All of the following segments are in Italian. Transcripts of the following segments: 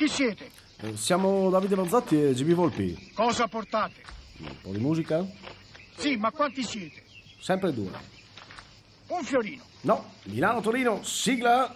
Chi siete? Siamo Davide Mazzotti e GB Volpi. Cosa portate? Un po' di musica? Sì, ma quanti siete? Sempre due. Un fiorino. No, Milano-Torino, sigla!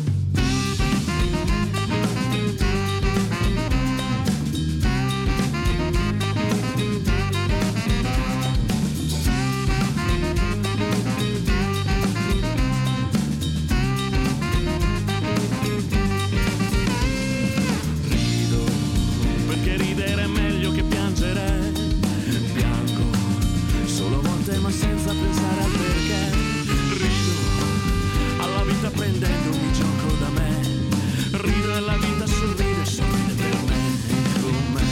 Ma senza pensare al perché rido alla vita prendendomi gioco da me, rido e la vita sorride, sorride per me, con me.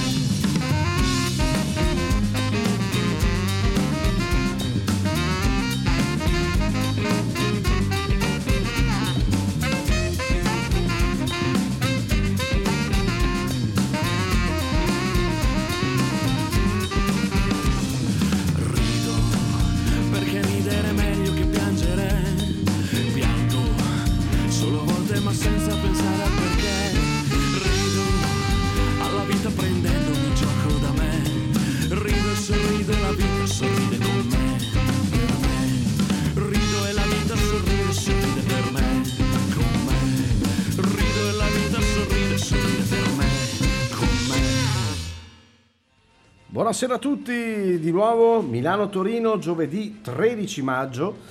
Ma senza pensare al perché rido alla vita prendendomi gioco da me, rido e sorrido e la vita sorride con me, per me, rido e la vita sorride, sorride per me, con me, rido e la vita sorride, sorride per me, con me. Buonasera a tutti, di nuovo Milano-Torino, giovedì 13 maggio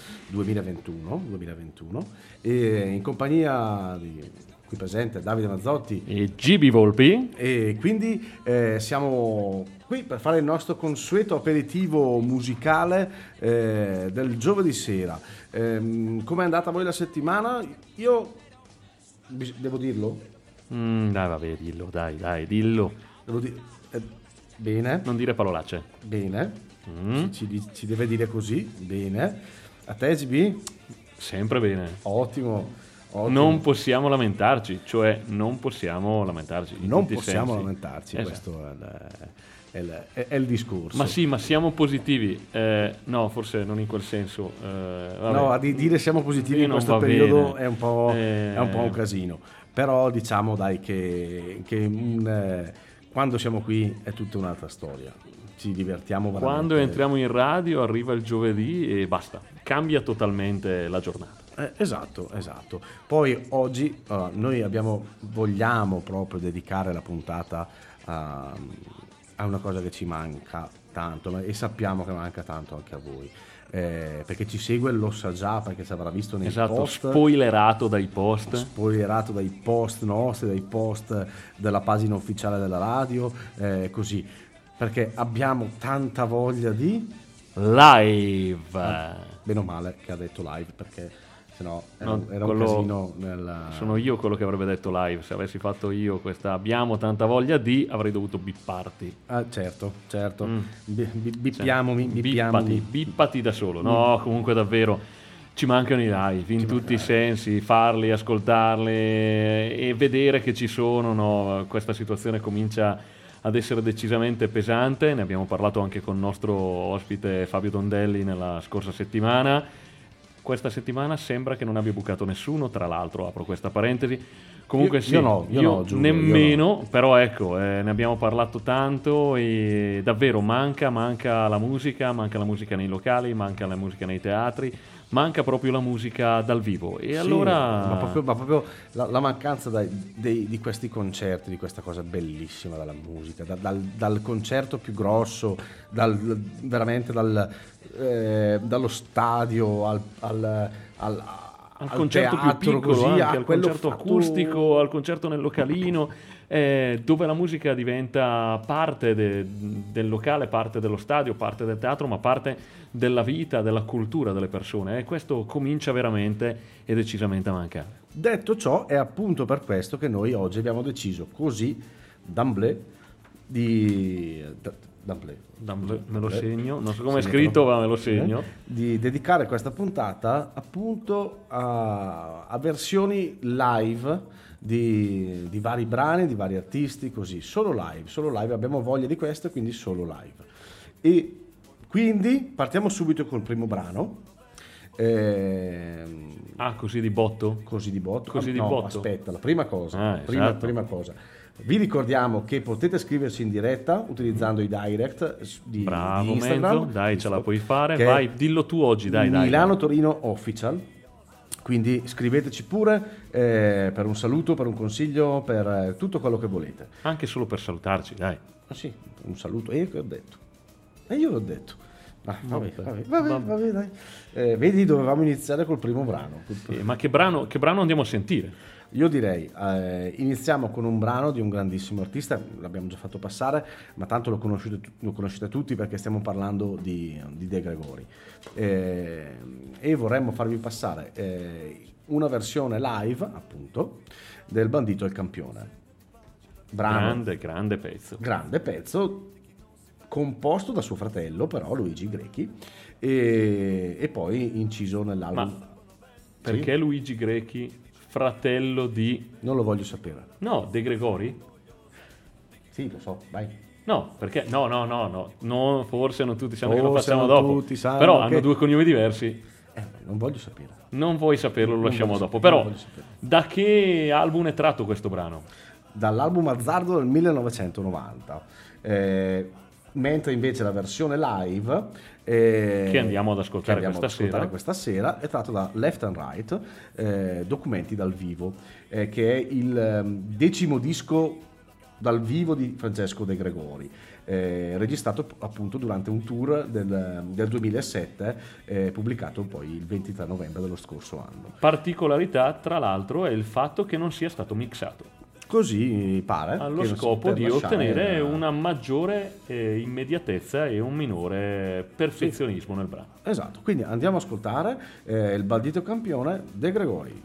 2021 e in compagnia di qui presente Davide Mazzotti e GB Volpi, e quindi siamo qui per fare il nostro consueto aperitivo musicale del giovedì sera. Come è andata voi la settimana? Io devo dirlo? Dai vabbè, dillo, dai, dillo. Devo dire bene. Non dire parolacce. Bene. Ci deve dire così, bene. A te, GB? Sempre bene. Ottimo. Non possiamo lamentarci, non possiamo lamentarci. Non possiamo lamentarci, esatto. Questo è il discorso. Ma siamo positivi. No, forse non in quel senso. No, a dire siamo positivi in questo periodo è un po' un casino. Però diciamo dai che quando siamo qui è tutta un'altra storia. Ci divertiamo veramente. Quando entriamo in radio arriva il giovedì e basta, cambia totalmente la giornata. Esatto. Poi oggi noi vogliamo proprio dedicare la puntata a una cosa che ci manca tanto, e sappiamo che manca tanto anche a voi. Perché ci segue, lo sa già perché ci avrà visto nei post, spoilerato dai post nostri, dai post della pagina ufficiale della radio, così. Perché abbiamo tanta voglia di live. Meno male che ha detto live, perché sennò era un casino sono io quello che avrebbe detto live. Se avessi fatto io questa abbiamo tanta voglia di, avrei dovuto bipparti. Certo. Bippati da solo. No, comunque davvero ci mancano i live in tutti i sensi, farli, ascoltarli e vedere che ci sono. No, questa situazione comincia ad essere decisamente pesante, ne abbiamo parlato anche con il nostro ospite Fabio Tondelli nella scorsa settimana. Questa settimana sembra che non abbia bucato nessuno, tra l'altro apro questa parentesi. Comunque io no, Giulio, nemmeno, io no. Però ecco, ne abbiamo parlato tanto e davvero manca la musica nei locali, manca la musica nei teatri, manca proprio la musica dal vivo. E sì, allora ma proprio la mancanza di questi concerti, di questa cosa bellissima della musica, dal concerto più grosso, veramente dallo stadio al concerto teatro, più piccolo, così, anche al concerto acustico, al concerto nel localino, dove la musica diventa parte del locale, parte dello stadio, parte del teatro, ma parte della vita, della cultura delle persone. E questo comincia veramente e decisamente a mancare. Detto ciò, è appunto per questo che noi oggi abbiamo deciso così d'emblée me lo segno, non so come è scritto, ma me lo segno, di dedicare questa puntata appunto a versioni live di vari brani, di vari artisti, così, solo live, abbiamo voglia di questo, quindi solo live. E quindi partiamo subito col primo brano. Così di botto? Così di botto. Aspetta, la prima cosa. Esatto. Prima cosa. Vi ricordiamo che potete scriverci in diretta utilizzando i direct di Bravo Instagram. Mezzo, dai, ce la puoi fare. Che Vai, dillo tu oggi, dai. Milano Torino Official. Quindi scriveteci pure per un saluto, per un consiglio, per tutto quello che volete. Anche solo per salutarci, dai. Ah sì, un saluto. E io che ho detto? Io l'ho detto. Vabbè, dai. Vedi, dovevamo iniziare col primo brano. Ma che brano andiamo a sentire? Io direi, iniziamo con un brano di un grandissimo artista, l'abbiamo già fatto passare, ma tanto lo conoscete tutti perché stiamo parlando di De Gregori. E vorremmo farvi passare una versione live, appunto, del Bandito e il Campione. Brano, Grande pezzo. grande pezzo, composto da suo fratello, però, Luigi Grechi, e poi inciso nell'album. Ma perché Luigi Grechi, fratello di... Non lo voglio sapere. No, De Gregori? Sì, lo so, vai. No, perché? No, forse non tutti sanno che lo Forse facciamo non dopo. tutti sanno Però che- hanno due cognomi diversi. Non voglio sapere. Non vuoi saperlo, lo Non lasciamo voglio dopo. sapere, Però, non voglio sapere. da che album è tratto questo brano? Dall'album Azzardo del 1990. Mentre invece la versione live Che andiamo ad ascoltare questa sera è tratto da Left and Right, Documenti dal vivo, che è il 10° disco dal vivo di Francesco De Gregori, registrato appunto durante un tour del 2007, pubblicato poi il 23 novembre dello scorso anno. Particolarità, tra l'altro, è il fatto che non sia stato mixato, Così pare. allo che non si scopo per di lasciare- ottenere una maggiore immediatezza e un minore perfezionismo nel brano. Esatto, quindi andiamo a ascoltare il Bandito Campione De Gregori.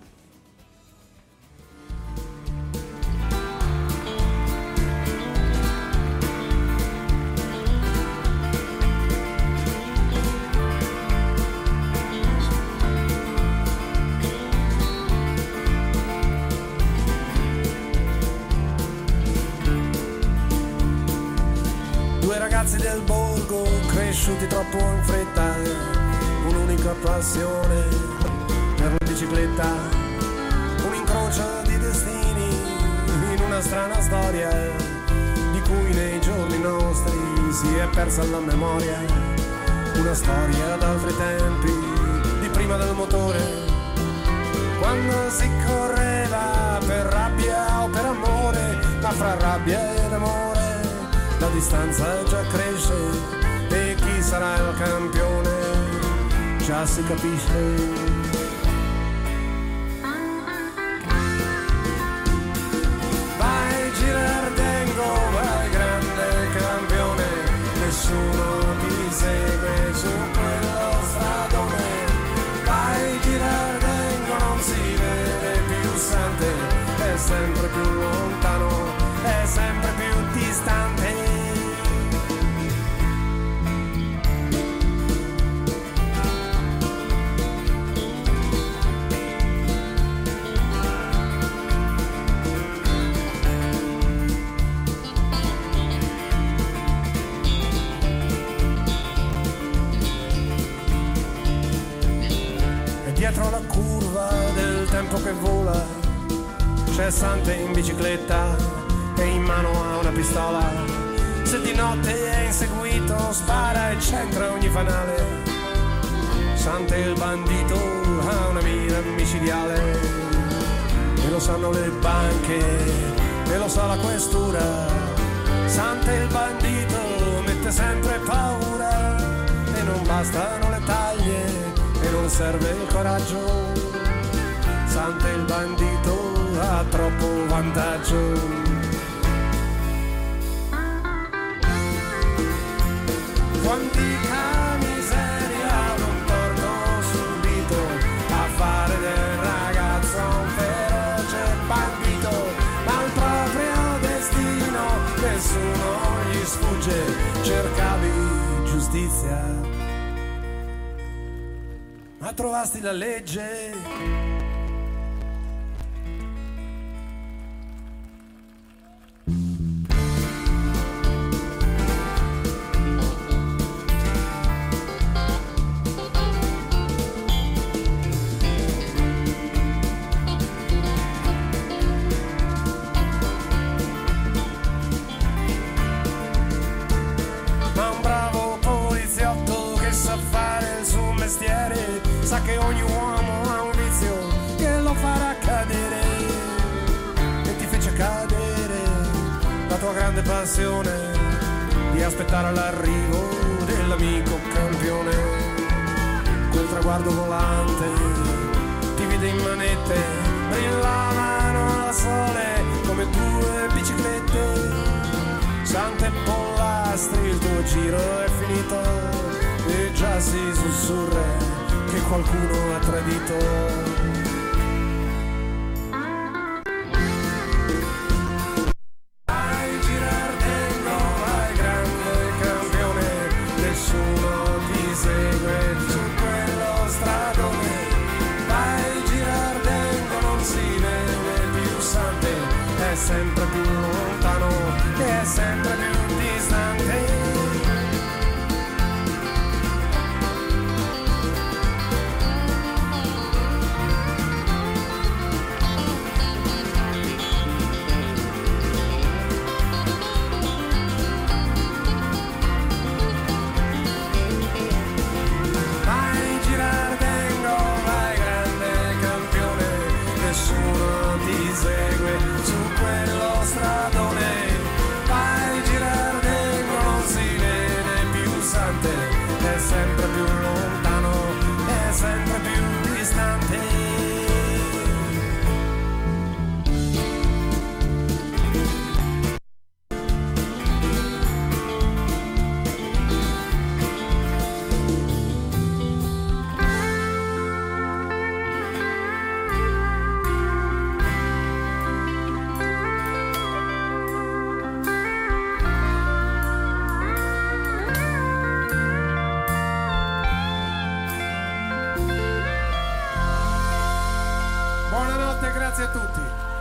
Due ragazzi del borgo cresciuti troppo in fretta, un'unica passione per la bicicletta, un incrocio di destini in una strana storia di cui nei giorni nostri si è persa la memoria, una storia d'altri tempi, di prima del motore, quando si correva per rabbia o per amore, ma fra rabbia ed amore la distanza già cresce e chi sarà il campione già si capisce. Vai Girardengo, vai grande campione, nessuno ti segue su quello stradone. Vai Girardengo, non si vede più Sante, è sempre più lontano, è sempre più distante. E dietro la curva del tempo che vola c'è Sante in bicicletta e in mano ha una pistola. Se di notte è inseguito spara e centra ogni fanale. Sante il bandito ha una mira micidiale e lo sanno le banche e lo sa la questura. Sante il bandito mette sempre paura e non bastano le taglie e non serve il coraggio. Sante il bandito ha troppo vantaggio. Quantica miseria non torno subito a fare del ragazzo un feroce bandito, ma al proprio destino nessuno gli sfugge, cercavi giustizia, ma trovasti la legge. che ogni uomo ha un vizio che lo farà cadere, e ti fece cadere la tua grande passione di aspettare l'arrivo dell'amico campione. Quel traguardo volante ti vide in manette, brillavano al sole come due biciclette. Sante Pollastri, il tuo giro è finito e già si sussurra che qualcuno ha tradito. Sempre più lontano, che è sempre più distante. Vai Girardengo, vai grande campione, nessuno ti segue su quello stradone. Vai Girardengo, non si vede più Sante, è sempre più lontano, è sempre più distante. Buonanotte, grazie a tutti.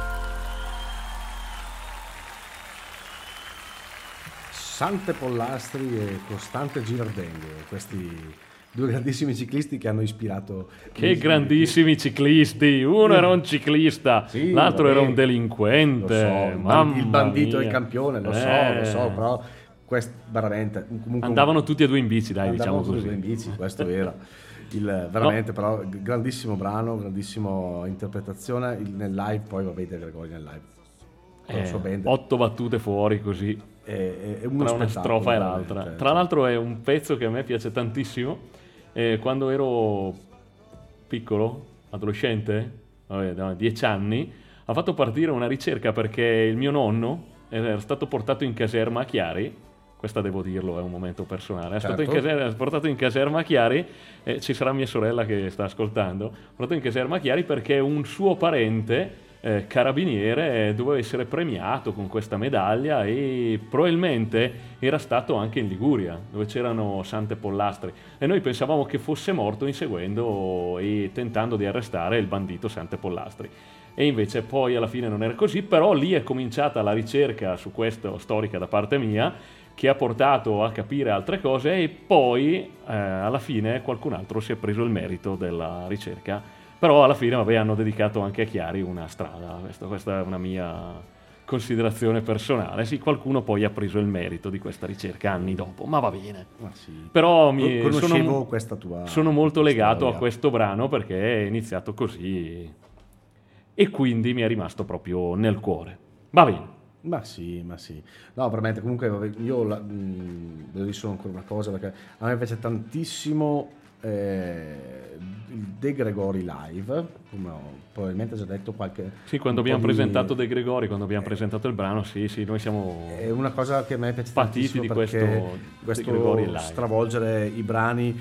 Sante Pollastri e Costante Girardengo, questi due grandissimi ciclisti che hanno ispirato. Che grandissimi ciclisti! Uno era un ciclista, Sì, l'altro vabbè, era un delinquente. Lo so, Mamma il bandito mia. e il campione, lo so, però veramente comunque Andavano tutti e due in bici, dai, andavano diciamo tutti così. in bici, questo era veramente, però grandissimo brano, grandissima interpretazione nel live. Poi vabbè, De Gregori nel live con la sua band 8 battute fuori così è uno tra una spettacolo, strofa e veramente, l'altra. cioè. Tra l'altro è un pezzo che a me piace tantissimo. Quando ero piccolo, adolescente, vabbè, 10 anni, ha fatto partire una ricerca perché il mio nonno era stato portato in caserma a Chiari. Questa devo dirlo, è un momento personale. È stato portato in caserma a Chiari, ci sarà mia sorella che sta ascoltando, portato in caserma a Chiari perché un suo parente carabiniere doveva essere premiato con questa medaglia e probabilmente era stato anche in Liguria dove c'erano Sante Pollastri e noi pensavamo che fosse morto inseguendo e tentando di arrestare il bandito Sante Pollastri, e invece poi alla fine non era così. Però lì è cominciata la ricerca su questo, storica da parte mia, che ha portato a capire altre cose, e poi alla fine qualcun altro si è preso il merito della ricerca. Però alla fine, vabbè, hanno dedicato anche a Chiari una strada. Questa è una mia considerazione personale. Sì, qualcuno poi ha preso il merito di questa ricerca anni dopo, ma va bene. Ma sì. Però conoscevo questa tua sono molto legato storia a questo brano perché è iniziato così e quindi mi è rimasto proprio nel cuore. Va bene. Ma sì. No, veramente, comunque vabbè, io devo dire solo ancora una cosa, perché a me piace tantissimo il De Gregori live, come ho probabilmente già detto qualche... Sì, quando abbiamo presentato De Gregori, quando abbiamo presentato il brano, sì, noi siamo... È una cosa che a me piace patiti tantissimo, di perché questo De Gregori live. stravolgere i brani,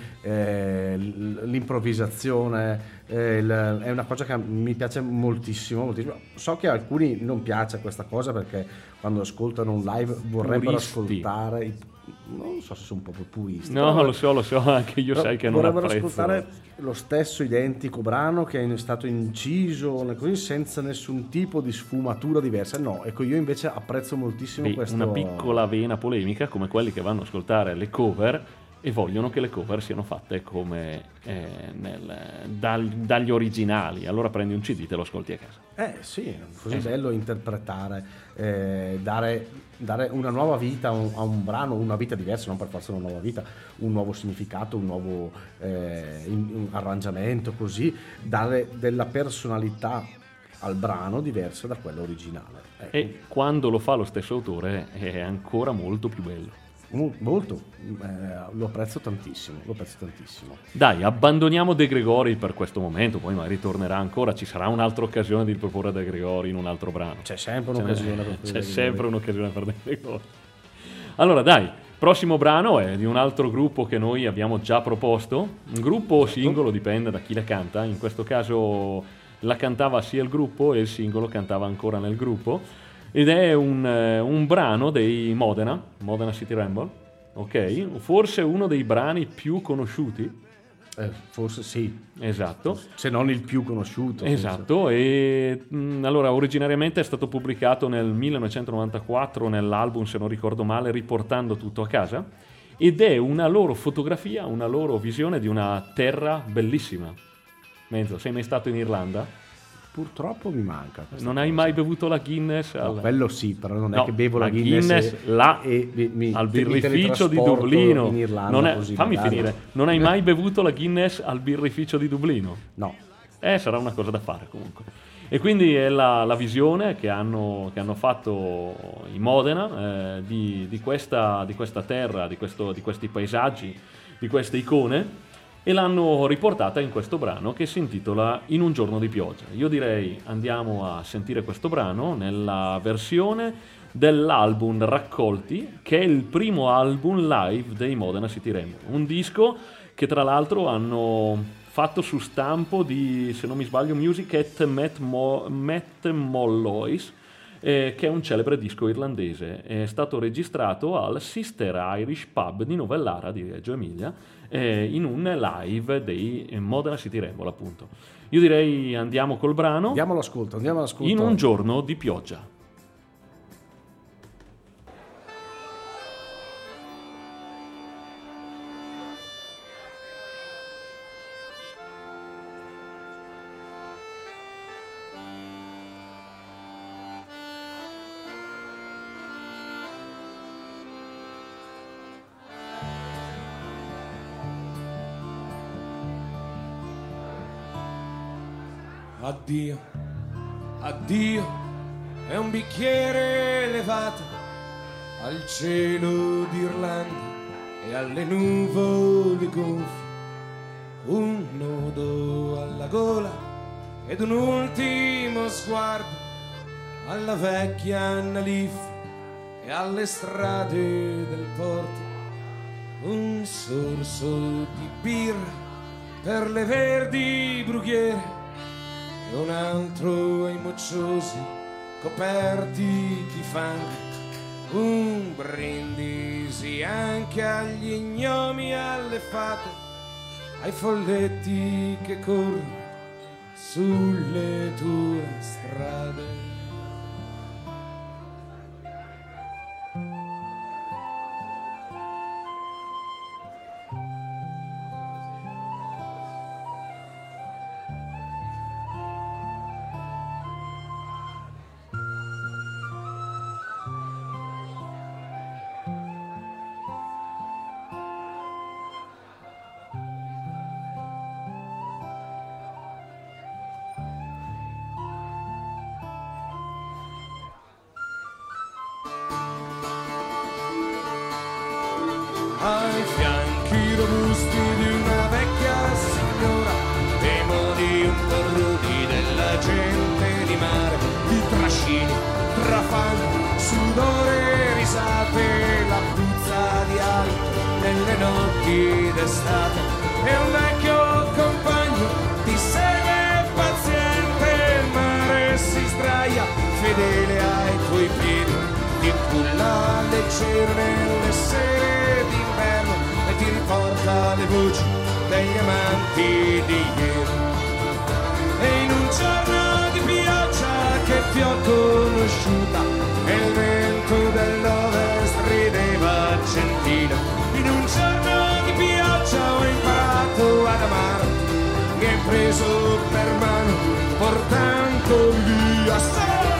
l'improvvisazione, è una cosa che mi piace moltissimo. So che a alcuni non piace questa cosa perché quando ascoltano un live vorrebbero ascoltare non so se sono un po' puristi. No, lo so, anche io sai che non apprezzo. Vorrebbero ascoltare lo stesso identico brano che è stato inciso così, senza nessun tipo di sfumatura diversa. No, ecco, io invece apprezzo moltissimo questo. Una piccola vena polemica, come quelli che vanno a ascoltare le cover e vogliono che le cover siano fatte come dagli originali. Allora prendi un CD e te lo ascolti a casa. Sì, è così bello interpretare, dare una nuova vita a un brano, una vita diversa, non per forza una nuova vita, un nuovo significato, un nuovo un arrangiamento, così, dare della personalità al brano diversa da quella originale. E quando lo fa lo stesso autore è ancora molto più bello. Molto, lo apprezzo tantissimo. Dai, abbandoniamo De Gregori per questo momento, poi magari tornerà ancora, ci sarà un'altra occasione di riproporre De Gregori in un altro brano. C'è sempre un'occasione per De Gregori. Allora dai, prossimo brano è di un altro gruppo che noi abbiamo già proposto, un gruppo o singolo, dipende da chi la canta, in questo caso la cantava sia il gruppo e il singolo cantava ancora nel gruppo. Ed è un brano dei Modena City Ramble, ok? Forse uno dei brani più conosciuti. Forse sì. Esatto. Se non il più conosciuto. Esatto, e allora originariamente è stato pubblicato nel 1994 nell'album, se non ricordo male, Riportando tutto a casa, ed è una loro fotografia, una loro visione di una terra bellissima. Menzo, sei mai stato in Irlanda? Purtroppo mi manca. Non hai mai bevuto la Guinness? No, quello sì, però non è che bevo la Guinness al birrificio di Dublino. In Irlanda, così fammi magari. finire. Non hai mai bevuto la Guinness al birrificio di Dublino? No. Sarà una cosa da fare comunque. E quindi è la visione che hanno fatto i Modena di questa terra, di questi paesaggi, di queste icone, e l'hanno riportata in questo brano che si intitola In un giorno di pioggia. Io direi andiamo a sentire questo brano nella versione dell'album Raccolti, che è il primo album live dei Modena City Ramble, un disco che tra l'altro hanno fatto su stampo di, se non mi sbaglio, Music at Met Molloys, che è un celebre disco irlandese. È stato registrato al Sister Irish Pub di Novellara di Reggio Emilia, in un live dei Modena City Ramble, appunto. Io direi andiamo col brano. Andiamo all'ascolto. In un giorno di pioggia. Addio, addio, è un bicchiere elevato al cielo d'Irlanda e alle nuvole gonfie, un nodo alla gola ed un ultimo sguardo alla vecchia Annalif e alle strade del porto, un sorso di birra per le verdi brughiere e un altro ai mocciosi coperti di fango, un brindisi anche agli gnomi, alle fate, ai folletti che corrono sulle tue strade. Ai fianchi robusti di una vecchia signora, demoni imperruti della gente di mare, di trascini, trafanni, sudore, risate, la puzza di alto nelle notti d'estate, e un vecchio compagno ti segue paziente, il mare si sdraia fedele ai tuoi piedi, ti culla leggero nelle sere d'inverno e ti riporta le voci degli amanti di ieri. E in un giorno di pioggia che ti ho conosciuta e il vento dell'ovest rideva gentile, in un giorno di mi hai preso per mano portandomi via.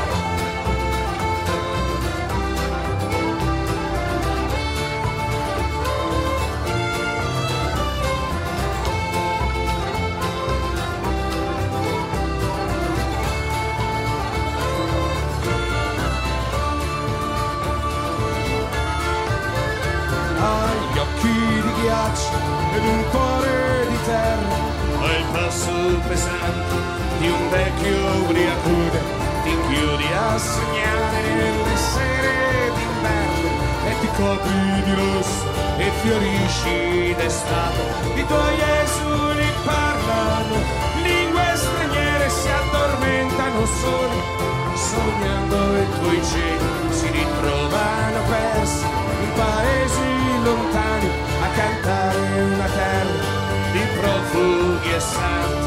Hai gli occhi di ghiaccio ed un cuore di terra, hai il passo pesante di un vecchio ubriacone, ti chiudi a sognare nelle sere d'inverno e ti copri di rosso e fiorisci d'estate. I tuoi esuli parlano lingue straniere, si addormentano soli sognando, e i tuoi cieli si ritrovano persi in paesi lontani a cantare una terra di profughi e santi.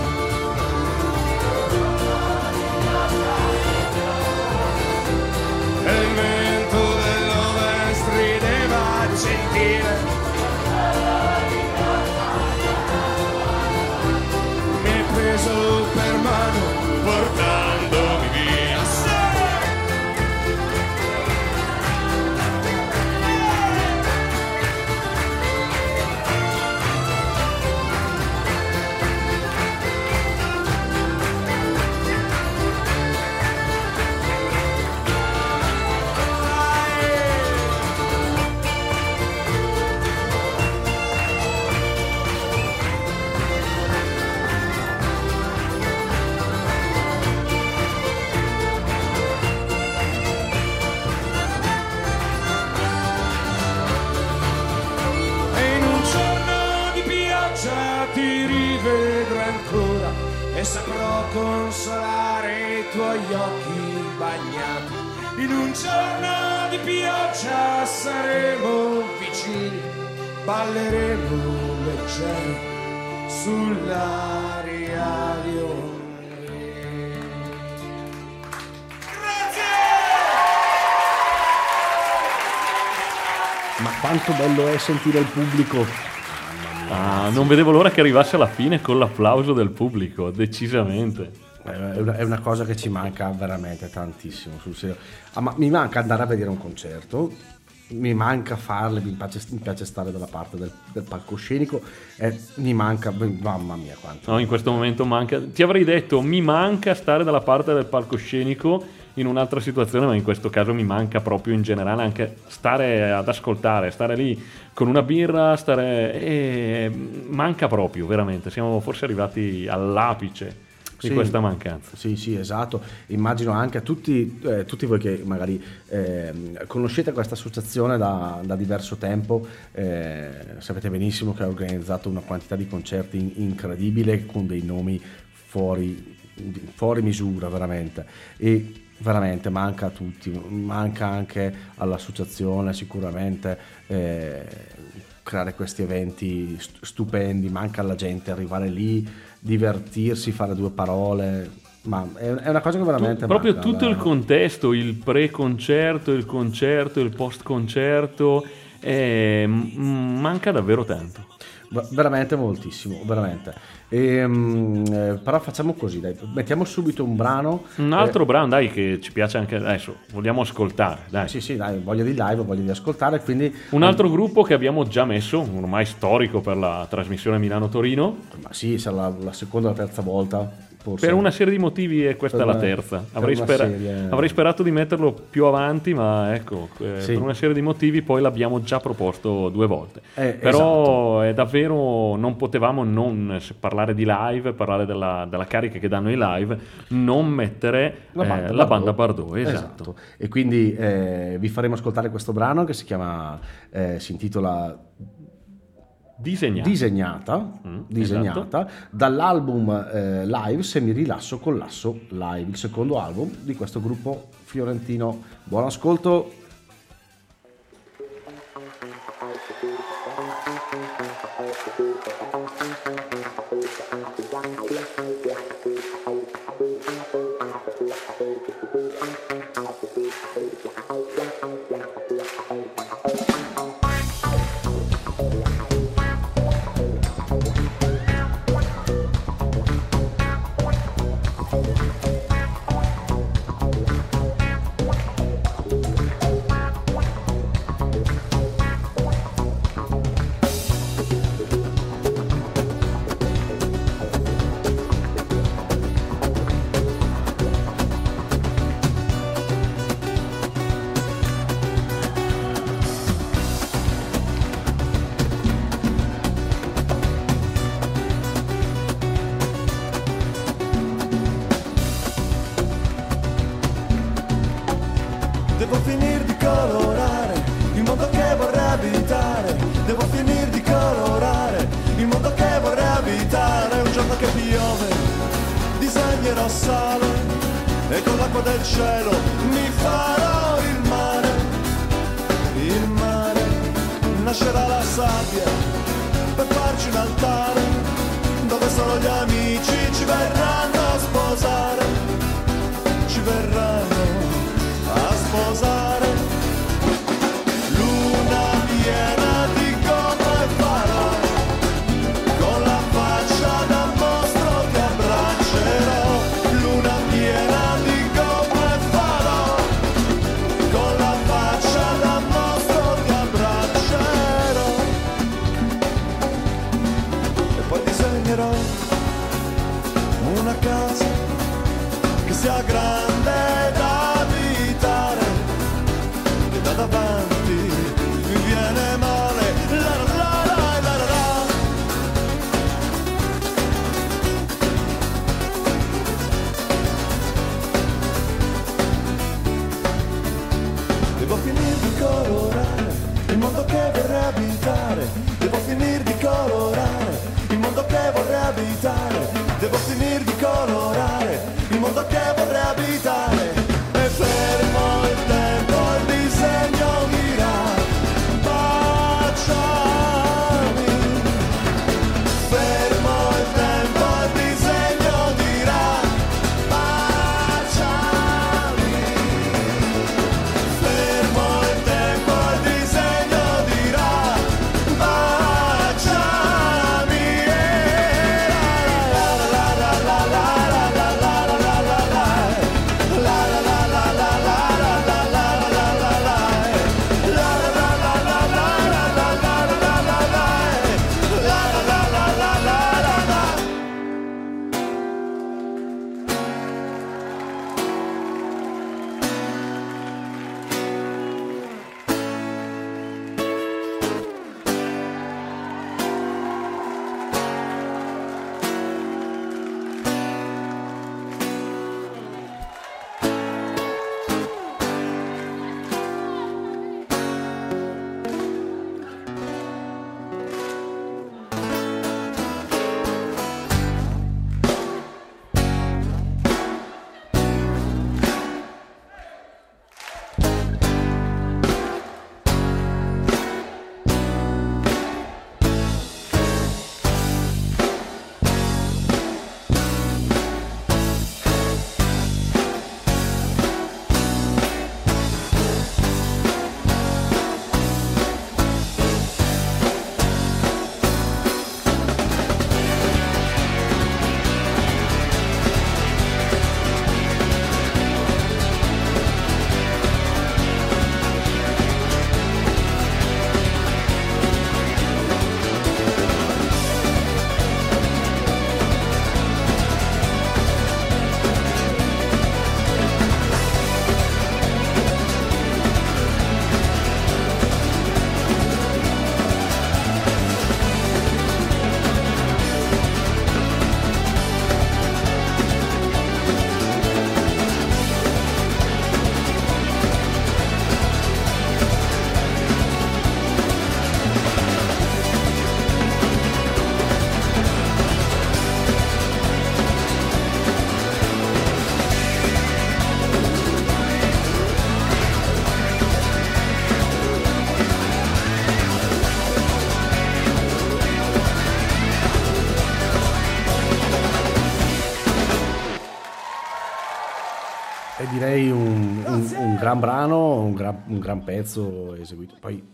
E il vento dell'ovest rideva gentile, mi hai preso per mano portandomi via. Ti rivedrò ancora e saprò consolare i tuoi occhi bagnati. In un giorno di pioggia saremo vicini, balleremo leggeri sull'aria di onde. Grazie! Ma quanto bello è sentire il pubblico. Ah, non vedevo l'ora che arrivasse alla fine con l'applauso del pubblico, decisamente. È una cosa che ci manca veramente tantissimo, sul serio. Ma mi manca andare a vedere un concerto, mi manca farle, mi piace stare dalla parte del palcoscenico, mi manca, mamma mia quanto. No, in questo momento manca, ti avrei detto mi manca stare dalla parte del palcoscenico in un'altra situazione, ma in questo caso mi manca proprio in generale anche stare ad ascoltare, stare lì con una birra, manca proprio veramente, siamo forse arrivati all'apice di questa mancanza. Sì, esatto. Immagino anche a tutti voi che magari conoscete questa associazione da diverso tempo, sapete benissimo che ha organizzato una quantità di concerti incredibile con dei nomi fuori misura veramente, e veramente manca a tutti, manca anche all'associazione sicuramente creare questi eventi stupendi, manca alla gente arrivare lì, divertirsi, fare due parole, ma è una cosa che veramente proprio manca, tutto il contesto, il pre-concerto, il concerto, il post-concerto, manca davvero tanto. Veramente moltissimo, veramente. Però facciamo così, dai, mettiamo subito un brano, un altro brano, dai, che ci piace anche adesso, vogliamo ascoltare, dai. Sì, dai, voglia di live, voglia di ascoltare, quindi un altro gruppo che abbiamo già messo, ormai storico per la trasmissione Milano-Torino, ma sì, sarà la seconda o la terza volta forse. Per una serie di motivi, e questa è la terza. Avrei sperato di metterlo più avanti, ma ecco, per una serie di motivi poi l'abbiamo già proposto 2 volte. Però esatto. È davvero, non potevamo non parlare di live, parlare della carica che danno i live, non mettere la banda Bardot. Esatto. E quindi vi faremo ascoltare questo brano che si intitola Disegnata, esatto. Dall'album live Se mi rilasso collasso live, il secondo album di questo gruppo fiorentino. Buon ascolto. bagnerò sale e con l'acqua del cielo mi farò il mare. Il mare nascerà la sabbia per farci un altare dove solo gli amici ci verranno a sposare, ci verranno a sposare. Luna piena di gomma e farò, con la faccia da mostro ti abbraccerò. Luna piena di gomma e farò, con la faccia da mostro ti abbraccerò. E poi disegnerò una casa che sia grande da abitare, che da davanti mi viene male. La la la la la la la. Devo finire di colorare il mondo che vorrei abitare. Devo finire di colorare il mondo che vorrei abitare. Devo finire di colorare il mondo che vorrei abitare. E fermo il tempo, il disegno dirà baciami. Fermo il tempo, il disegno dirà baciami. Fermo il tempo, il disegno dirà baciami. La la la la la la la la la la la la. La la la la la la la la la la la la. La la la la la la la la la la la la. La la la la la la la la. E direi un gran brano, un gran pezzo eseguito. Poi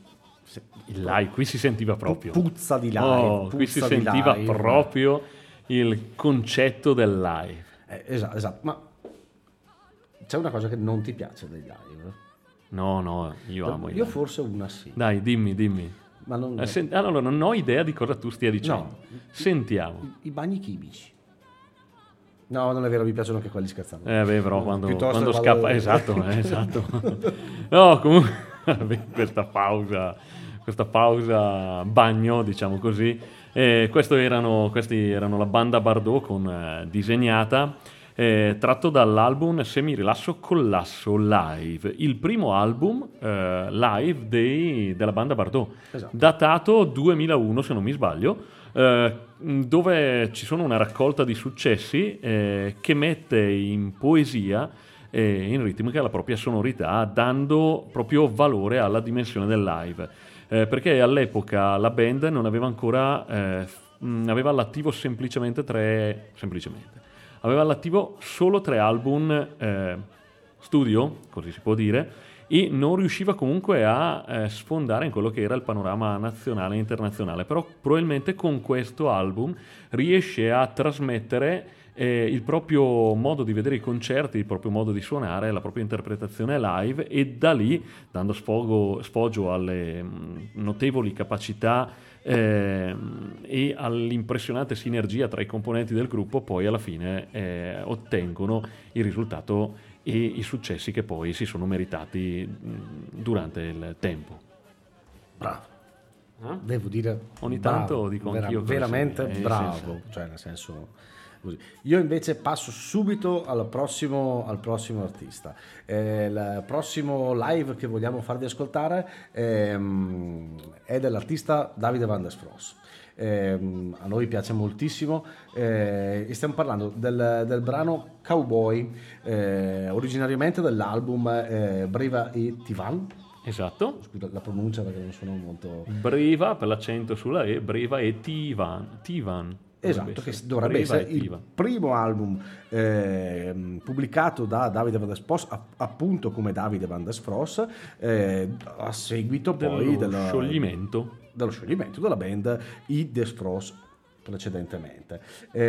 Il live, qui si sentiva proprio. Puzza di live. Oh, qui si sentiva live. proprio il concetto del live. Esatto, ma c'è una cosa che non ti piace dei live? No, io amo i Io live. forse una sì. Dai, dimmi. Ma non... Allora, non ho idea di cosa tu stia dicendo. No. Sentiamo. I bagni chimici. No, non è vero, mi piacciono anche quelli scherzando. Beh, però quando Piuttosto scappa... vado- Esatto. No, comunque, questa pausa bagno, diciamo così. Questi erano la banda Bardot con Disegnata, tratto dall'album Semi Rilasso Collasso Live, il primo album live della banda Bardot, Esatto. datato 2001 se non mi sbaglio. dove ci sono una raccolta di successi che mette in poesia e in ritmica la propria sonorità, dando proprio valore alla dimensione del live, perché all'epoca la band non aveva ancora aveva all'attivo aveva all'attivo solo 3 album studio, così si può dire, e non riusciva comunque a sfondare in quello che era il panorama nazionale e internazionale, però probabilmente con questo album riesce a trasmettere il proprio modo di vedere i concerti, il proprio modo di suonare, la propria interpretazione live, e da lì, dando sfoggio alle notevoli capacità e all'impressionante sinergia tra i componenti del gruppo, poi alla fine ottengono il risultato e i successi che poi si sono meritati durante il tempo. Bravo. Devo dire, ogni tanto dico anch'io veramente così, bravo, senso. cioè nel senso così. Io invece passo subito al prossimo artista. Il prossimo live che vogliamo farvi ascoltare è dell'artista Davide Van der Spross. A noi piace moltissimo e stiamo parlando del brano Cowboy, originariamente dell'album Breva e Tivan. Esatto. Scusa la pronuncia perché non sono molto... Breva per l'accento sulla E, Breva e Tivan. Esatto, che dovrebbe essere il primo album pubblicato da Davide Van der Spross, appunto come Davide Van der Spross, a seguito poi dello scioglimento della band I The Spross precedentemente.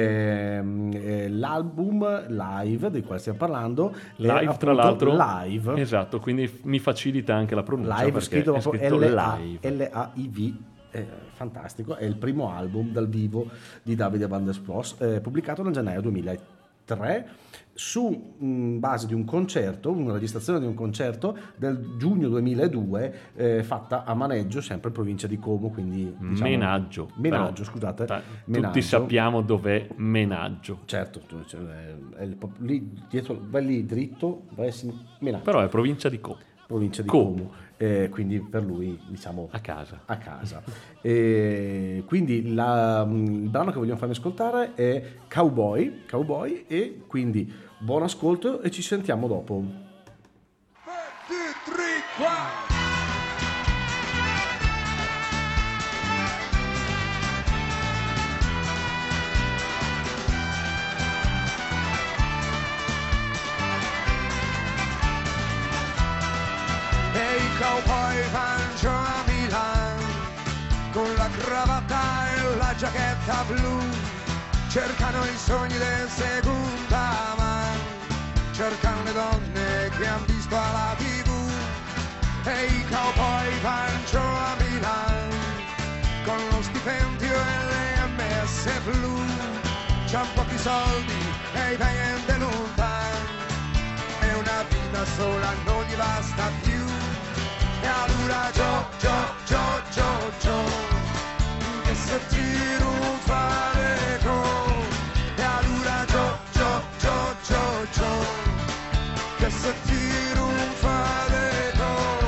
L'album live di cui stiamo parlando live, tra l'altro live, esatto, quindi mi facilita anche la pronuncia, live scritto live. L-A-I-V. Fantastico, è il primo album dal vivo di Davide Van der Spross, pubblicato nel gennaio 2003 su base di un concerto, una registrazione di un concerto del giugno 2002 fatta a Maneggio, sempre in provincia di Como, quindi diciamo, Menaggio, scusate. Tutti sappiamo dov'è Menaggio. Certo, lì dietro, vai lì dritto, vai a Menaggio. Però è provincia di Como. Quindi per lui diciamo a casa. Quindi il brano che vogliamo farvi ascoltare è Cowboy, e quindi buon ascolto e ci sentiamo dopo. 1, 2, 3, 4. Cowboy vanno a Milano con la cravatta e la giacchetta blu, cercano i sogni del seconda mano, cercano le donne che han visto alla TV. E i cowboy vanno a Milano con lo stipendio e le MS blu, c'han pochi soldi e i payende lontani, e una vita sola non gli basta più. E allora che se ti non fare con, e allora che se ti non fare con.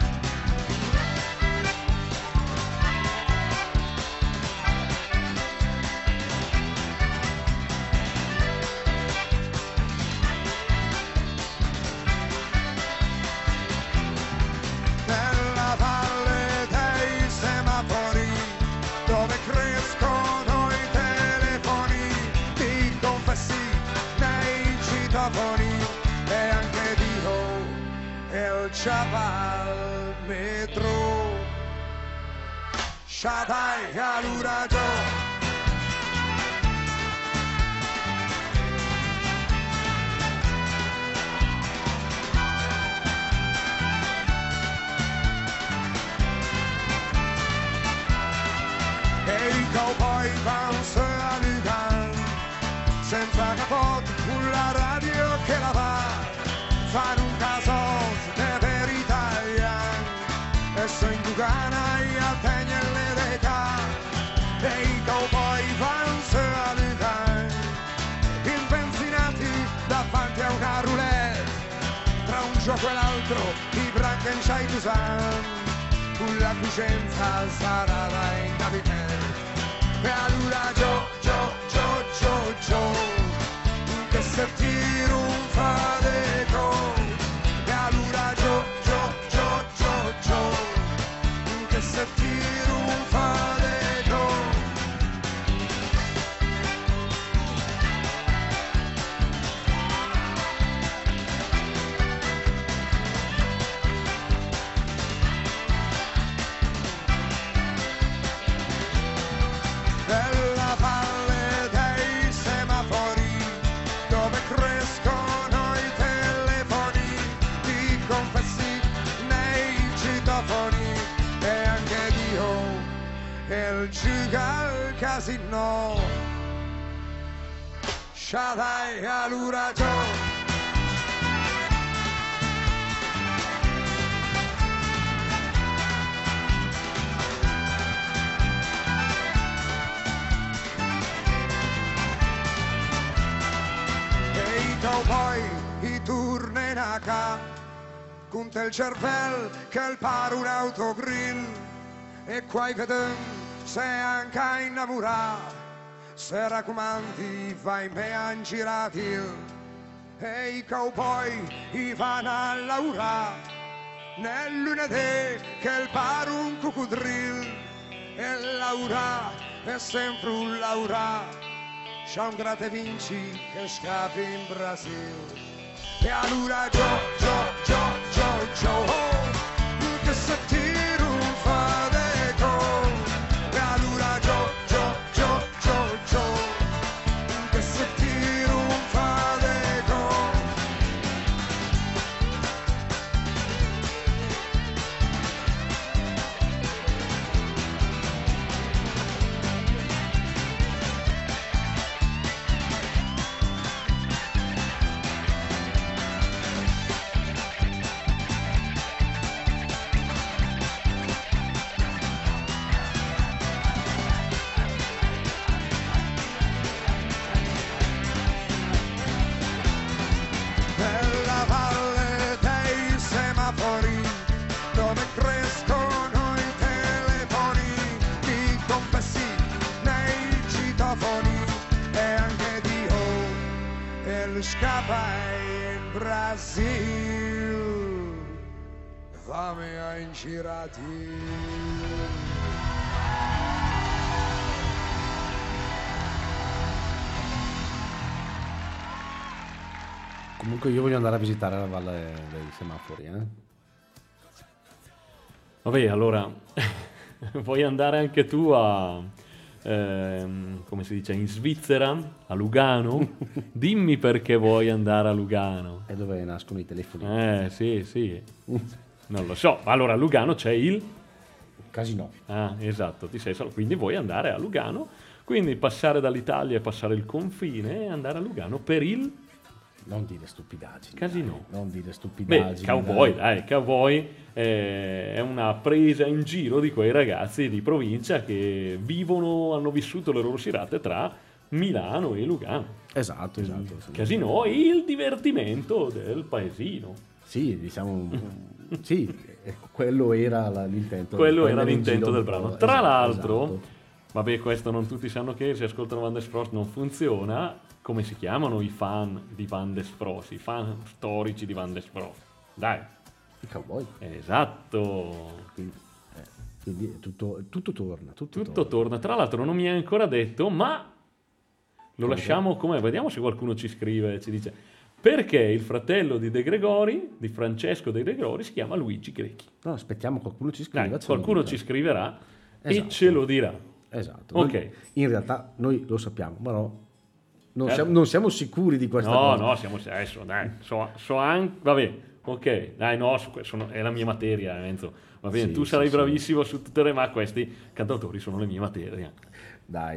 Chaval metro Shatai all'uraggio. E i cowboy vanno a Lugan senza capote, con la radio che la va, fanno un caso in Lugana e a Tegnelle d'età, e i cowboy vanno a Lugan impensinati davanti a una roulette, tra un gioco e l'altro i Frankenstein Dusan, con la Cosenza sarà da in capitale, e allora Gio, che se tiro un fadeco, e allora Gio, che se tiro un fadeco. Nella valle dei semafori dove crescono i telefoni, ti confessi nei citofoni e anche Dio e il giga al casino. Shaddai allora Gio. Cowboy, i turnenaca, con te il cervello che il pare un autogrill, e qua vedem se anche innamorato, se raccomandi vai me a girati, e i cowboy i vanno a lavorare, nel lunedì che il pare un coccodrillo, e Laura è sempre un Laura. C'è un gratta e vinci che scappa in Brasile. E allora Gio, che se tiro un fadeco. E allora Gio, che se tiro un fadeco. Nella valle dei semafori dove crescono i telefoni, ti confessi nei citofoni e anche Dio e lo scappa in Brasile. Fammi a incirati. Comunque io voglio andare a visitare la Valle dei Semafori, Vabbè, allora, vuoi andare anche tu a, come si dice, in Svizzera, a Lugano? Dimmi perché vuoi andare a Lugano. È dove nascono i telefoni. Sì. Non lo so. Allora, a Lugano c'è il... Casino. Ah, esatto, quindi vuoi andare a Lugano, quindi passare dall'Italia e passare il confine e andare a Lugano per il... Non dire stupidaggini. Casino. Dai, non dire stupidaggini. Beh, Cowboy è una presa in giro di quei ragazzi di provincia che hanno vissuto le loro serate tra Milano e Lugano. Esatto. Casino e il divertimento del paesino. Sì, diciamo... sì, quello era l'intento. Quello era l'intento del brano. Tra l'altro, esatto. Vabbè, questo non tutti sanno che se ascoltano Van der Frost non funziona. Come si chiamano i fan di Van der Frost? I fan storici di Van der Frost? Dai. I cowboy. Esatto. Quindi tutto torna. Tutto torna. Tra l'altro non mi hai ancora detto, ma lo lasciamo come? Vediamo se qualcuno ci scrive e ci dice perché il fratello di De Gregori, di Francesco De Gregori, si chiama Luigi Grechi. No, aspettiamo, qualcuno ci scrive. Dai, qualcuno ci scriverà Esatto. e ce lo dirà. Esatto. Ok. Noi, in realtà noi lo sappiamo, ma non siamo sicuri di questa cosa. No, siamo adesso, dai, so anche, vabbè, ok, dai, no, è la mia materia, Enzo. Va bene, Sì, tu sarai sì. bravissimo su tutte le, ma questi cantautori sono le mie materie. Dai.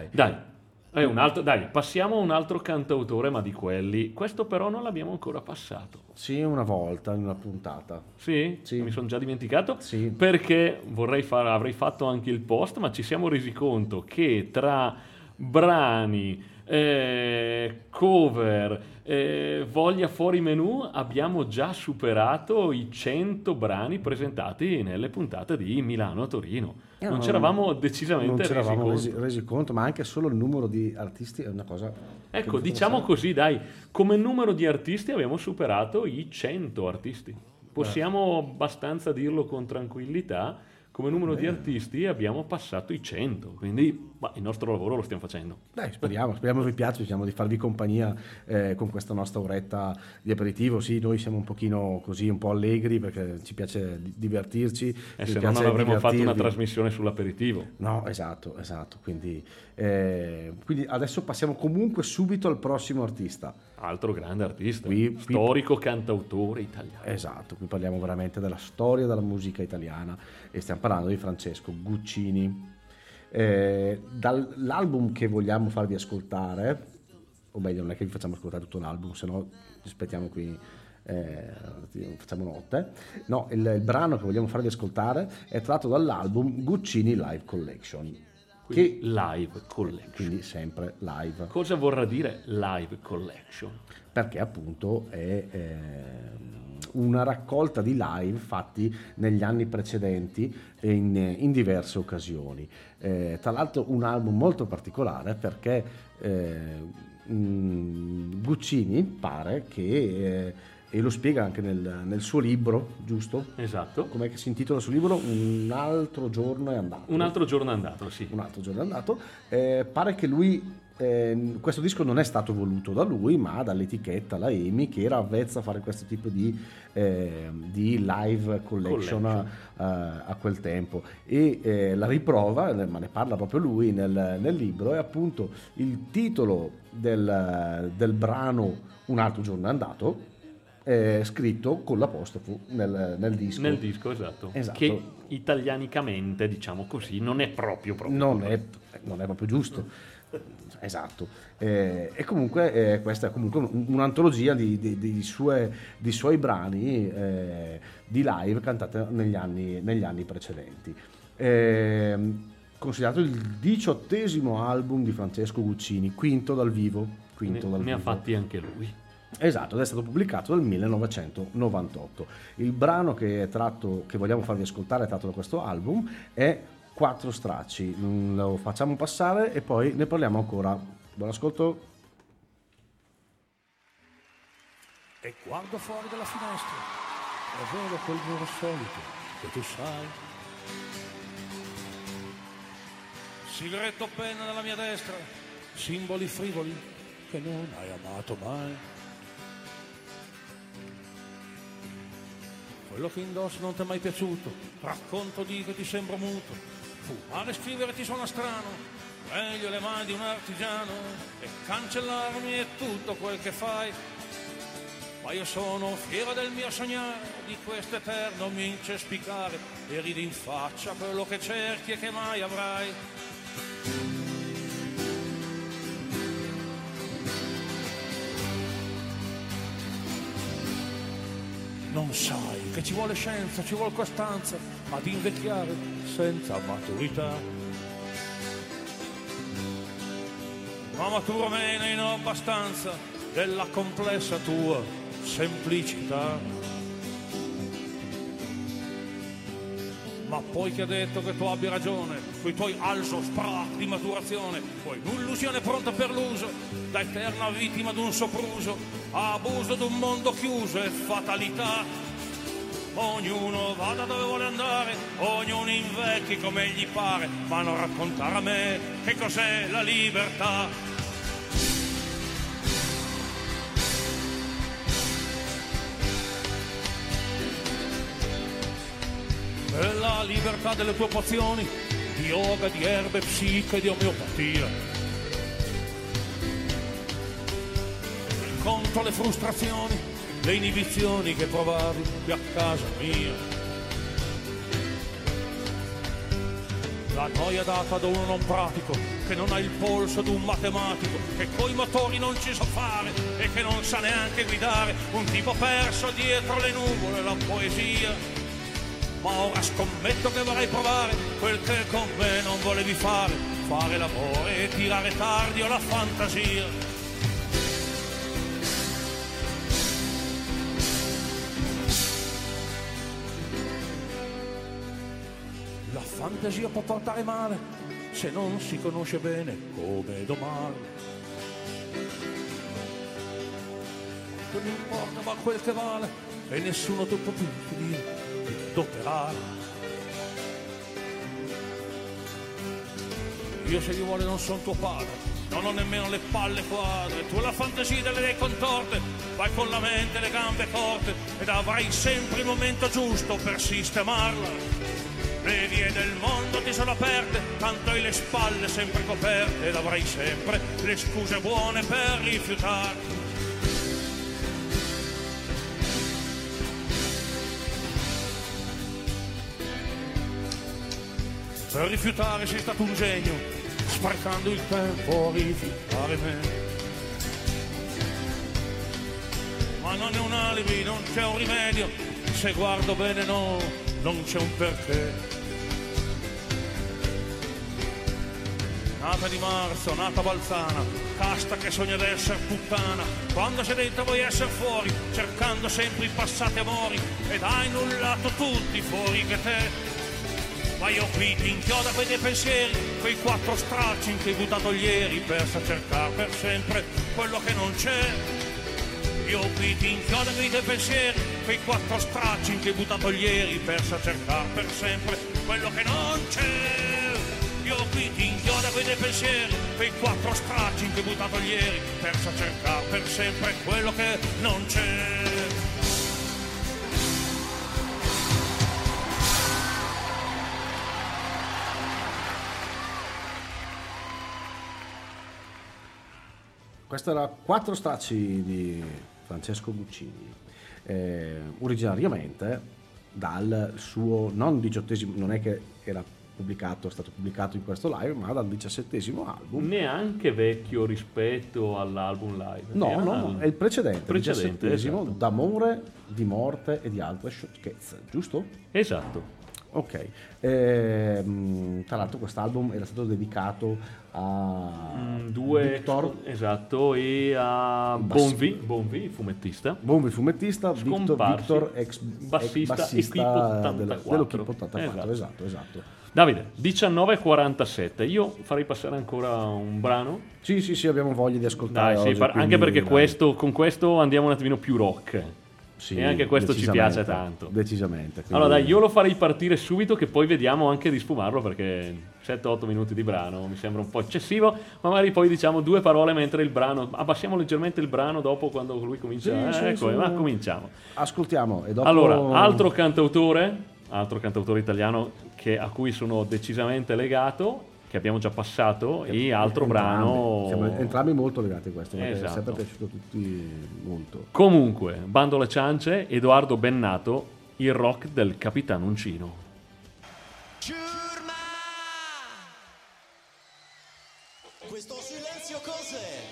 Dai, passiamo a un altro cantautore, ma di quelli. Questo però non l'abbiamo ancora passato. Sì, una volta, in una puntata. Sì? Sì. Mi sono già dimenticato. Sì. Perché avrei fatto anche il post, ma ci siamo resi conto che tra brani Cover, voglia fuori menù, abbiamo già superato i 100 brani presentati nelle puntate di Milano a Torino. Non ci eravamo decisamente resi conto, ma anche solo il numero di artisti è una cosa... Ecco, diciamo così, dai, come numero di artisti abbiamo superato i 100 artisti. Possiamo abbastanza dirlo con tranquillità. Come numero di artisti abbiamo passato i 100, quindi il nostro lavoro lo stiamo facendo. Dai, speriamo vi piace, speriamo di farvi compagnia con questa nostra oretta di aperitivo. Sì, noi siamo un pochino così, un po' allegri perché ci piace divertirci. Se no non avremmo fatto una trasmissione sull'aperitivo. No, esatto. Quindi adesso passiamo comunque subito al prossimo artista. Altro grande artista, storico cantautore italiano. Esatto, qui parliamo veramente della storia della musica italiana e stiamo parlando di Francesco Guccini. Dall'album che vogliamo farvi ascoltare, o meglio non è che vi facciamo ascoltare tutto l'album, se no aspettiamo qui, facciamo notte. No, il brano che vogliamo farvi ascoltare è tratto dall'album Guccini Live Collection. Che live collection, quindi sempre live. Cosa vorrà dire live collection? Perché appunto è una raccolta di live fatti negli anni precedenti e in diverse occasioni. Tra l'altro un album molto particolare perché Guccini pare che e lo spiega anche nel suo libro, giusto? Esatto. Com'è che si intitola il suo libro? Un altro giorno è andato. Un altro giorno è andato, sì. Un altro giorno è andato. Pare che lui, questo disco non è stato voluto da lui, ma dall'etichetta, la EMI, che era avvezza a fare questo tipo di live collection. A quel tempo. E la riprova, ma ne parla proprio lui nel libro, è appunto il titolo del brano Un altro giorno è andato, scritto con l'apostrofo nel disco. Nel disco, esatto. Che italianicamente, diciamo così, non è proprio non è proprio giusto. Esatto. E comunque questa è comunque un'antologia di suoi brani di live cantate negli anni precedenti. Considerato il 18° album di Francesco Guccini, quinto dal vivo. Ne ha fatti anche lui. Esatto, ed è stato pubblicato nel 1998. Il brano che vogliamo farvi ascoltare, è tratto da questo album, è Quattro stracci. Lo facciamo passare e poi ne parliamo ancora. Buon ascolto. E guardo fuori dalla finestra e vedo quel muro solito che tu sai. Sigaretto penna nella mia destra, simboli frivoli che non hai amato mai. Quello che indossi non ti è mai piaciuto, racconto di che ti sembro muto, fumare e scrivere ti suona strano, meglio le mani di un artigiano e cancellarmi è tutto quel che fai. Ma io sono fiero del mio sognare, di questo eterno mio incespicare, e ridi in faccia quello che cerchi e che mai avrai. Non sai che ci vuole scienza, ci vuole costanza ad invecchiare senza maturità. Ma maturo meno e non abbastanza della complessa tua semplicità. Ma poi chi ha detto che tu abbia ragione, coi tuoi also sprach di maturazione, poi un'illusione pronta per l'uso, da eterna vittima d'un sopruso, abuso d'un mondo chiuso e fatalità. Ognuno vada dove vuole andare, ognuno invecchi come gli pare, ma non raccontare a me che cos'è la libertà. E la libertà delle tue pozioni, di yoga, di erbe, psiche e di omeopatia. Contro le frustrazioni, le inibizioni che provavi qui a casa mia. La noia data da uno non pratico, che non ha il polso d'un matematico, che coi motori non ci sa fare e che non sa neanche guidare, un tipo perso dietro le nuvole, la poesia. Ma ora scommetto che vorrei provare quel che con me non volevi fare, fare l'amore e tirare tardi ho la fantasia. La fantasia può portare male se non si conosce bene come domani. Non importa ma quel che vale e nessuno ti può più finire di adoperare. Io se Dio vuole non sono tuo padre, non ho nemmeno le palle quadre, tu la fantasia delle idee contorte, vai con la mente e le gambe corte ed avrai sempre il momento giusto per sistemarla. Le vie del mondo ti sono aperte, tanto hai le spalle sempre coperte ed avrai sempre le scuse buone per rifiutare. Per rifiutare sei stato un genio, sprecando il tempo a rifiutare me. Ma non è un alibi, non c'è un rimedio, se guardo bene no, non c'è un perché. Nata di marzo, nata balzana, casta che sogna d'essere puttana, quando sei dentro vuoi essere fuori, cercando sempre i passati amori, ed hai nullato tutti fuori che te. Ma io qui ti inchioda quei tuoi pensieri, quei 4 stracci che hai buttato ieri, per cercare per sempre quello che non c'è. Io qui ti inchioda quei tuoi pensieri, quei 4 stracci che hai buttato ieri, per cercare per sempre quello che non c'è. Io qui ti inchioda quei tuoi pensieri, quei 4 stracci che hai buttato ieri, per cercare per sempre quello che non c'è. Questo era 4 stracci di Francesco Guccini, originariamente dal suo non 18esimo, non è che era pubblicato, è stato pubblicato in questo live, ma dal 17esimo album. Neanche vecchio rispetto all'album live. No, è il precedente, il 17esimo, esatto. d'amore, di morte e di altre sciocchezze, giusto? Esatto. Ok, tra l'altro quest'album era stato dedicato a Victor, esatto, e a Bonvi, fumettista. Bonvi fumettista, Victor ex bassista Equipo 84. dell'Equipo 84, esatto. Davide, 19:47, io farei passare ancora un brano. Sì, abbiamo voglia di ascoltare. Dai, oggi, anche perché con questo andiamo un attimino più rock. Sì, e anche questo ci piace tanto. Decisamente. Quindi... Allora dai, io lo farei partire subito, che poi vediamo anche di sfumarlo, perché 7-8 minuti di brano mi sembra un po' eccessivo. Magari poi diciamo 2 parole mentre il brano, abbassiamo leggermente il brano dopo, quando lui comincia. Ma cominciamo. Ascoltiamo e dopo... Allora, altro cantautore italiano a cui sono decisamente legato, che abbiamo già passato, e altro brano. Siamo entrambi molto legati a questo, perché Esatto. è sempre piaciuto a tutti molto. Comunque, bando alle ciance, Edoardo Bennato, il rock del Capitano Uncino. Ciurma! Questo silenzio cos'è?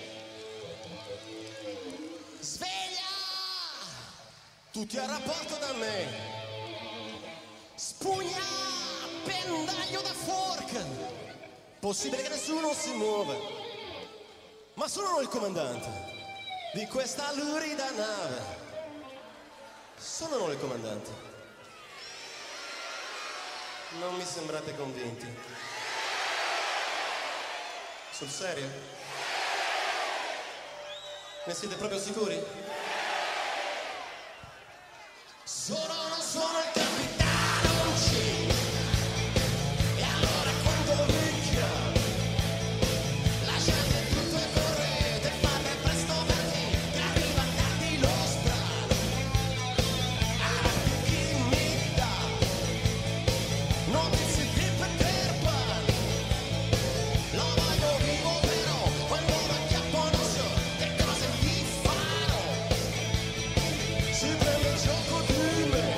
Sveglia! Tutti a rapporto da me. Spugna! Pendaglio da fork! Possibile che nessuno si muova, ma sono il comandante di questa lurida nave. Sono il comandante. Non mi sembrate convinti. Sul serio? Ne siete proprio sicuri? Non sono il capitano Uncino. E allora quando ricchia lasciate tutto e correte, fate presto perché arriva tardi lo strano. Avanti chi mi dà notizie di Peter Pan. Lo voglio vivo però, quando lo acchiappo non so che cosa gli farò. Si prende il gioco di me.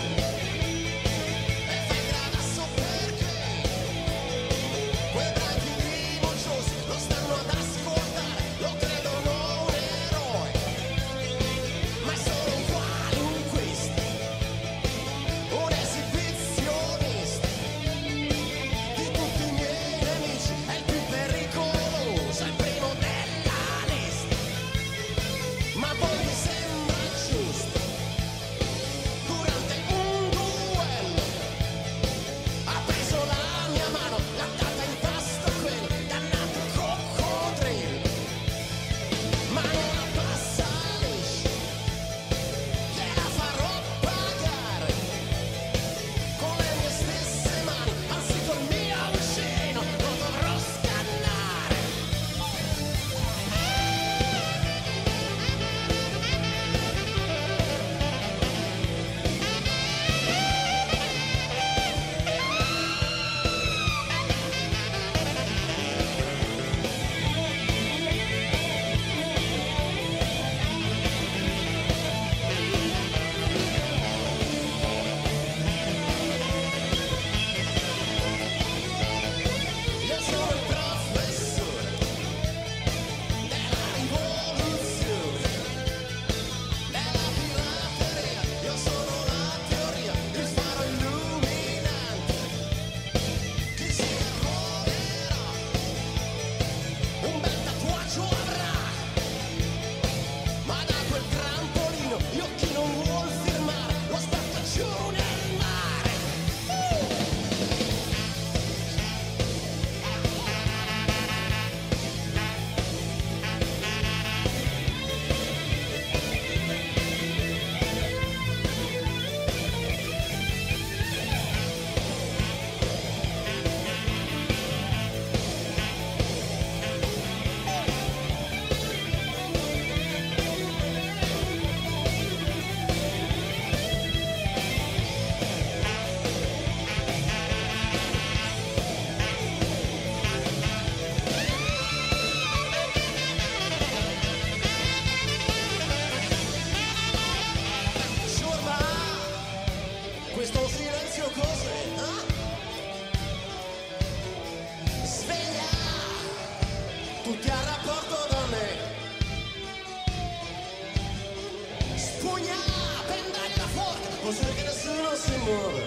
muove.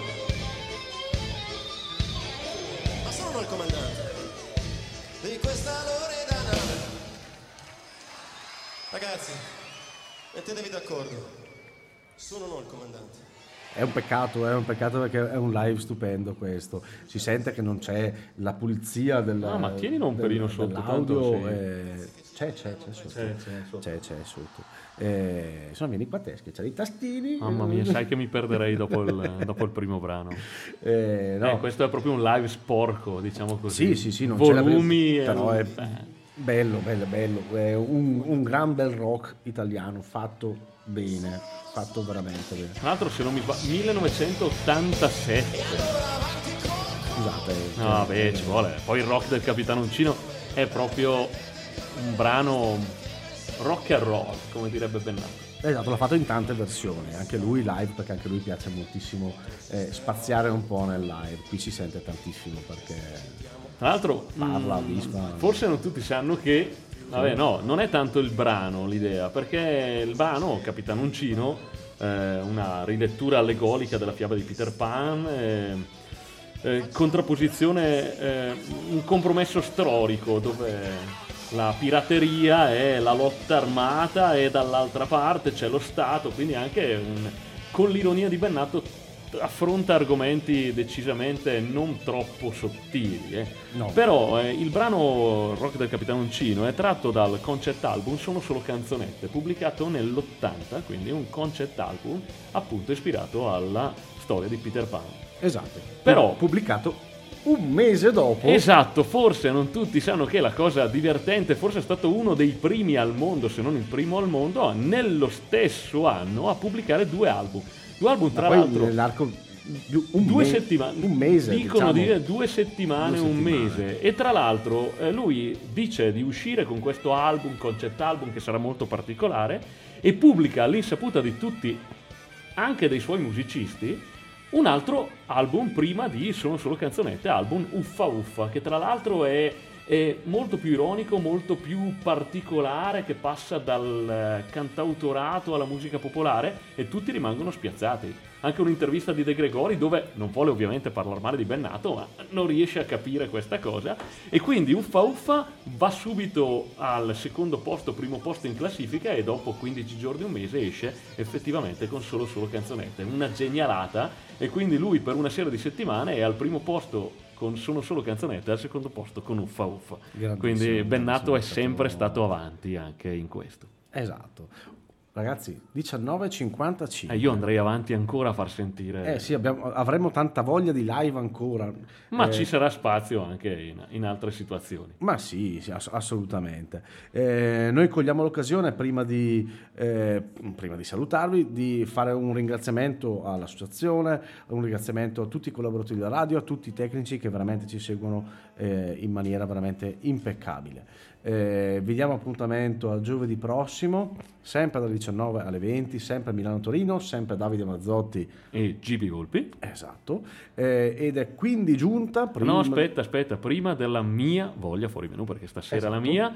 Ma sono il comandante di questa lorida nave. Ragazzi, mettetevi d'accordo. Sono non il comandante. È un peccato perché è un live stupendo questo. Si sente che non c'è la pulizia del ma tienilo un pelino sotto, dell'audio. tanto sì. C'è sotto. C'è sotto. Insomma, vieni qua te, c'ha i tastini. Mamma mia, sai che mi perderei dopo il primo brano. No. Questo è proprio un live sporco, diciamo così. Sì, non volumi. C'è però è bello. È un gran bel rock italiano fatto bene. Fatto veramente bene. Tra l'altro, se non mi va, 1987. Scusate. Ci vuole. Poi il rock del Capitano Uncino è proprio un brano rock and roll, come direbbe Bennato. Esatto, l'ha fatto in tante versioni, anche lui live, perché anche lui piace moltissimo spaziare un po' nel live. Qui si sente tantissimo perché tra l'altro parla, forse non tutti sanno che non è tanto il brano l'idea, perché il brano Capitano Uncino, una rilettura allegorica della fiaba di Peter Pan, contrapposizione, un compromesso storico dove la pirateria è la lotta armata e dall'altra parte c'è lo Stato, quindi anche con l'ironia di Bennato affronta argomenti decisamente non troppo sottili. No. Però il brano Rock del Capitano Uncino è tratto dal concept album Sono solo canzonette, pubblicato nell'80, quindi un concept album appunto ispirato alla storia di Peter Pan. Esatto. Però pubblicato un mese dopo. Esatto, forse non tutti sanno che la cosa divertente, forse è stato uno dei primi al mondo, se non il primo al mondo, nello stesso anno a pubblicare due album, tra l'altro nell'arco due settimane, un mese, dicono diciamo. dire 2 settimane, un mese, e tra l'altro lui dice di uscire con questo album, concept album, che sarà molto particolare, e pubblica all'insaputa di tutti, anche dei suoi musicisti, un altro album prima di Sono solo canzonette, album Uffa Uffa, che tra l'altro è molto più ironico, molto più particolare, che passa dal cantautorato alla musica popolare, e tutti rimangono spiazzati. Anche un'intervista di De Gregori, dove non vuole ovviamente parlare male di Bennato, ma non riesce a capire questa cosa, e quindi Uffa Uffa va subito al secondo posto, primo posto in classifica, e dopo 15 giorni, un mese, esce effettivamente con solo canzonette, una genialata, e quindi lui per una serie di settimane è al primo posto con Sono solo canzonette, al secondo posto con Uffa Uffa. Quindi Bennato è sempre stato avanti anche in questo. Esatto. Ragazzi, 19:55. Io andrei avanti ancora a far sentire. Sì, avremo tanta voglia di live ancora. Ma ci sarà spazio anche in altre situazioni. Ma sì, assolutamente. Noi cogliamo l'occasione, prima di salutarvi, di fare un ringraziamento all'associazione, un ringraziamento a tutti i collaboratori della radio, a tutti i tecnici che veramente ci seguono in maniera veramente impeccabile. Vi diamo appuntamento a giovedì prossimo, sempre dalle 19 alle 20, sempre a Milano-Torino, sempre Davide Mazzotti e GB Volpi. Esatto. Ed è quindi giunta No, aspetta, prima della mia voglia fuori menù, perché stasera esatto. La mia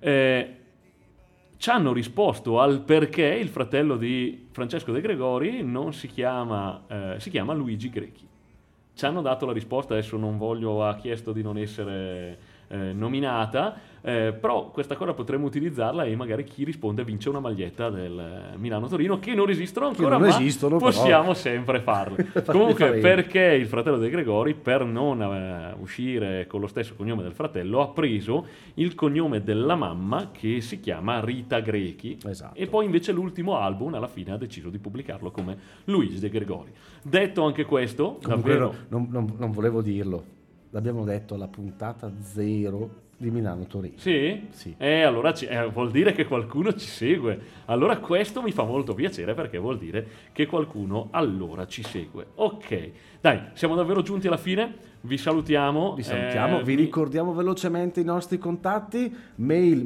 ci hanno risposto al perché il fratello di Francesco De Gregori non si chiama Luigi Grechi. Ci hanno dato la risposta, adesso ha chiesto di non essere nominata, però questa cosa potremmo utilizzarla, e magari chi risponde vince una maglietta del Milano-Torino, che non esistono ancora, possiamo sempre farlo. Comunque, perché il fratello De Gregori, per non uscire con lo stesso cognome del fratello, ha preso il cognome della mamma, che si chiama Rita Grechi. Esatto. E poi invece l'ultimo album alla fine ha deciso di pubblicarlo come Luigi De Gregori. Detto anche questo, comunque davvero non volevo dirlo. L'abbiamo detto alla puntata 0 di Milano-Torino. Sì? Sì. Allora vuol dire che qualcuno ci segue. Allora questo mi fa molto piacere, perché vuol dire che qualcuno allora ci segue. Ok, dai, siamo davvero giunti alla fine. Vi salutiamo. Vi ricordiamo velocemente i nostri contatti: mail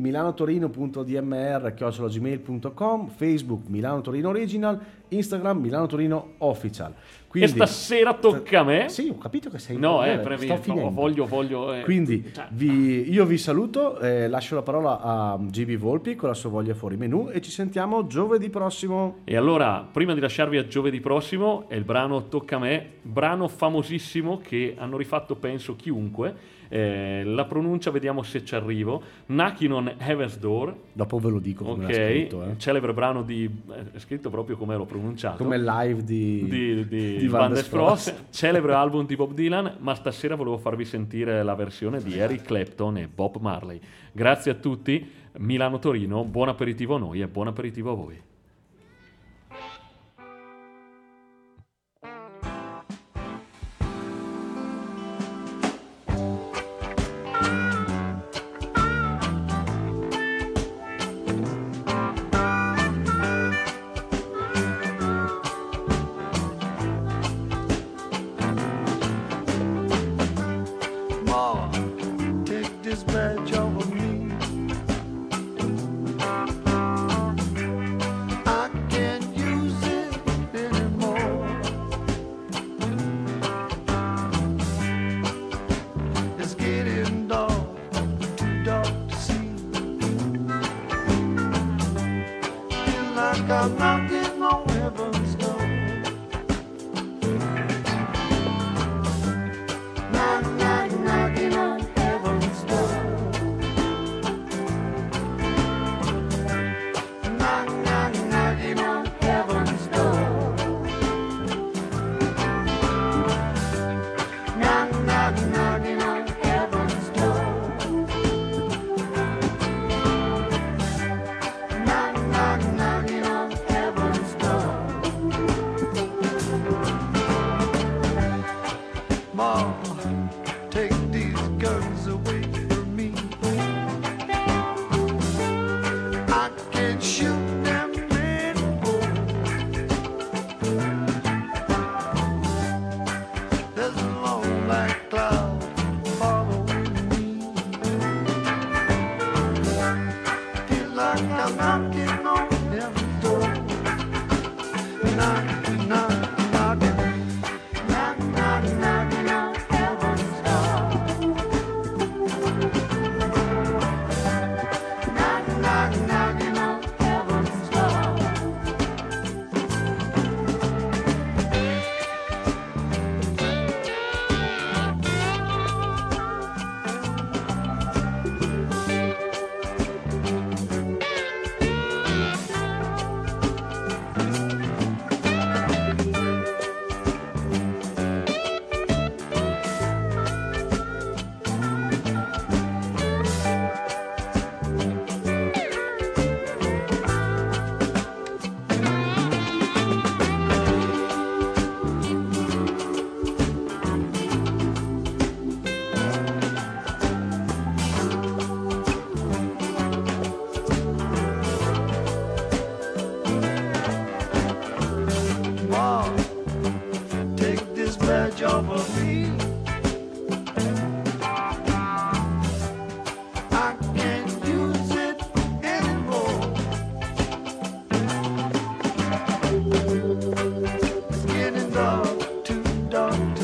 milanotorino.dmr@gmail.com, Facebook Milano Torino Original, Instagram Milano Torino Official. Quindi, e stasera tocca a me. Sì, ho capito che sei No, sto finendo. voglio Quindi io vi saluto, lascio la parola a GB Volpi con la sua voglia fuori menù e ci sentiamo giovedì prossimo. E allora, prima di lasciarvi a giovedì prossimo, è il brano Tocca a me, brano famosissimo che hanno rifatto penso chiunque. La pronuncia, vediamo se ci arrivo. Knocking on Heaven's Door. Dopo ve lo dico come l'ha scritto. Celebre brano di... è scritto proprio come l'ho pronunciato. Come il live di Van der Spross. Celebre album di Bob Dylan, ma stasera volevo farvi sentire la versione di Eric Clapton e Bob Marley. Grazie a tutti. Milano-Torino, buon aperitivo a noi e buon aperitivo a voi.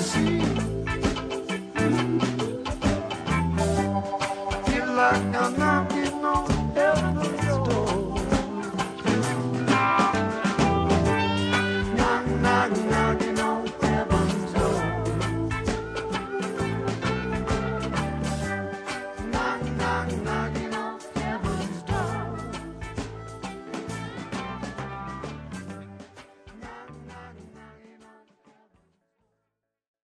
like I'm not